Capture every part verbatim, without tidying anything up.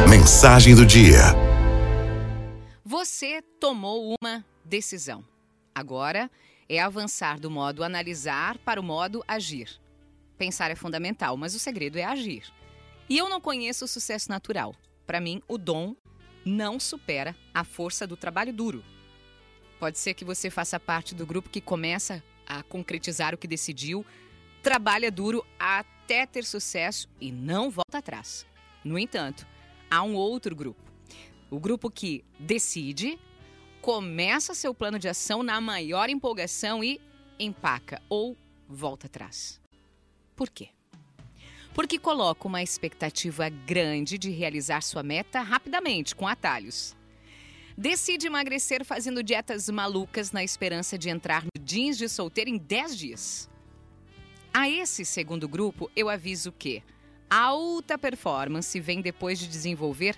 mensagem do dia. Você tomou uma decisão. Agora é avançar do modo analisar para o modo agir. Pensar é fundamental, mas o segredo é agir. E eu não conheço o sucesso natural. Para mim, o dom não supera a força do trabalho duro. Pode ser que você faça parte do grupo que começa a concretizar o que decidiu, trabalha duro até ter sucesso e não volta atrás. No entanto, há um outro grupo. O grupo que decide, começa seu plano de ação na maior empolgação e empaca ou volta atrás. Por quê? Porque coloca uma expectativa grande de realizar sua meta rapidamente, com atalhos. Decide emagrecer fazendo dietas malucas na esperança de entrar no jeans de solteiro em dez dias. A esse segundo grupo, eu aviso que alta performance vem depois de desenvolver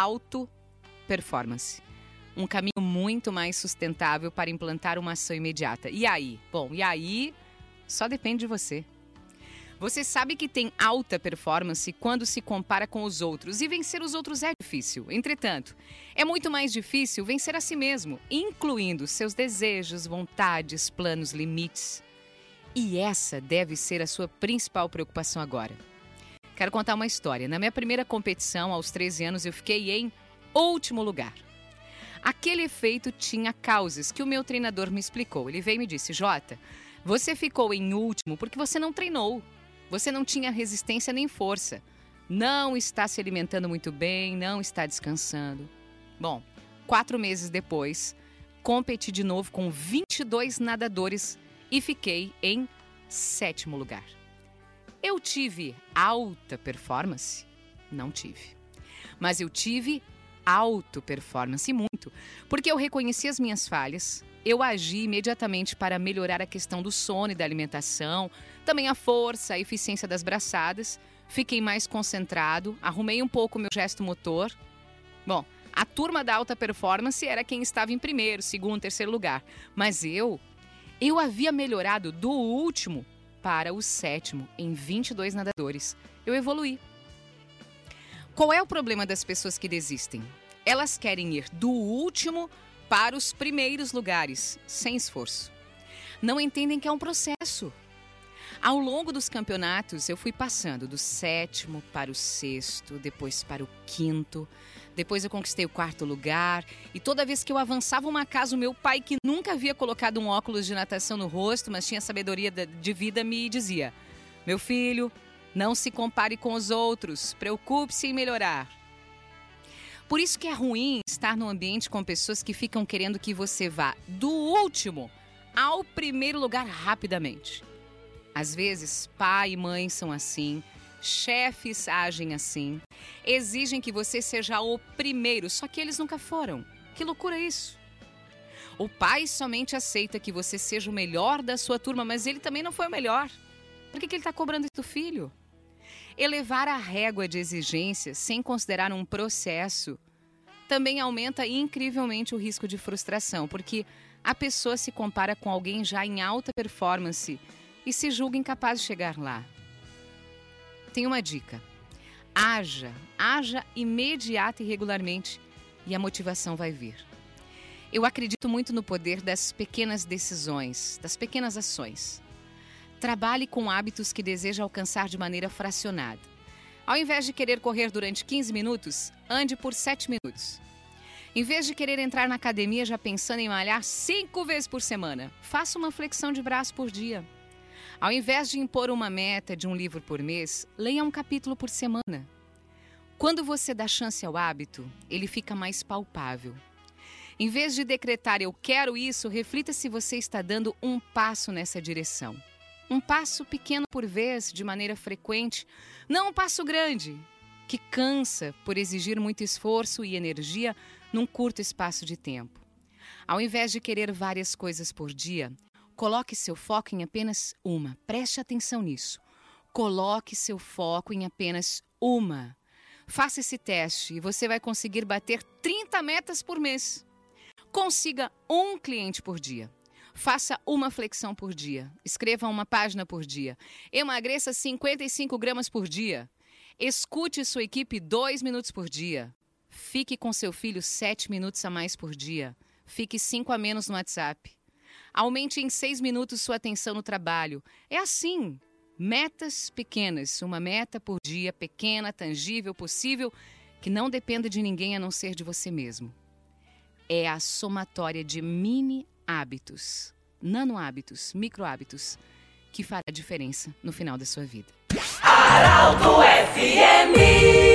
auto-performance. Um caminho muito mais sustentável para implantar uma ação imediata. E aí? Bom, e aí só depende de você. Você sabe que tem alta performance quando se compara com os outros, e vencer os outros é difícil. Entretanto, é muito mais difícil vencer a si mesmo, incluindo seus desejos, vontades, planos, limites. E essa deve ser a sua principal preocupação agora. Quero contar uma história. Na minha primeira competição, aos treze anos, eu fiquei em último lugar. Aquele efeito tinha causas que o meu treinador me explicou. Ele veio e me disse: Jota, você ficou em último porque você não treinou. Você não tinha resistência nem força. Não está se alimentando muito bem, não está descansando. Bom, quatro meses depois, competi de novo com vinte e dois nadadores e fiquei em sétimo lugar. Eu tive alta performance? Não tive. Mas eu tive auto performance muito, porque eu reconheci as minhas falhas, eu agi imediatamente para melhorar a questão do sono e da alimentação, também a força, a eficiência das braçadas, fiquei mais concentrado, arrumei um pouco o meu gesto motor. Bom, a turma da alta performance era quem estava em primeiro, segundo, terceiro lugar, mas eu, eu havia melhorado do último para o sétimo em vinte e dois nadadores. Eu evoluí. Qual é o problema das pessoas que desistem? Elas querem ir do último para os primeiros lugares, sem esforço. Não entendem que é um processo. Ao longo dos campeonatos, eu fui passando do sétimo para o sexto, depois para o quinto, depois eu conquistei o quarto lugar, e toda vez que eu avançava uma casa, o meu pai, que nunca havia colocado um óculos de natação no rosto, mas tinha sabedoria de vida, me dizia: meu filho, não se compare com os outros, preocupe-se em melhorar. Por isso que é ruim estar num ambiente com pessoas que ficam querendo que você vá do último ao primeiro lugar rapidamente. Às vezes, pai e mãe são assim, chefes agem assim, exigem que você seja o primeiro, só que eles nunca foram. Que loucura é isso? O pai somente aceita que você seja o melhor da sua turma, mas ele também não foi o melhor. Por que que ele está cobrando isso do filho? Elevar a régua de exigências sem considerar um processo também aumenta incrivelmente o risco de frustração, porque a pessoa se compara com alguém já em alta performance e se julga incapaz de chegar lá. Tem uma dica: haja, haja imediata e regularmente e a motivação vai vir. Eu acredito muito no poder das pequenas decisões, das pequenas ações. Trabalhe com hábitos que deseja alcançar de maneira fracionada. Ao invés de querer correr durante quinze minutos, ande por sete minutos. Em vez de querer entrar na academia já pensando em malhar cinco vezes por semana, faça uma flexão de braço por dia. Ao invés de impor uma meta de um livro por mês, leia um capítulo por semana. Quando você dá chance ao hábito, ele fica mais palpável. Em vez de decretar "eu quero isso", reflita se você está dando um passo nessa direção. Um passo pequeno por vez, de maneira frequente, não um passo grande, que cansa por exigir muito esforço e energia num curto espaço de tempo. Ao invés de querer várias coisas por dia, coloque seu foco em apenas uma. Preste atenção nisso. Coloque seu foco em apenas uma. Faça esse teste e você vai conseguir bater trinta metas por mês. Consiga um cliente por dia. Faça uma flexão por dia. Escreva uma página por dia. Emagreça cinquenta e cinco gramas por dia. Escute sua equipe dois minutos por dia. Fique com seu filho sete minutos a mais por dia. Fique cinco a menos no WhatsApp. Aumente em seis minutos sua atenção no trabalho. É assim. Metas pequenas. Uma meta por dia, pequena, tangível, possível, que não dependa de ninguém a não ser de você mesmo. É a somatória de mini hábitos, nano hábitos, micro hábitos, que fará a diferença no final da sua vida. Arauto F M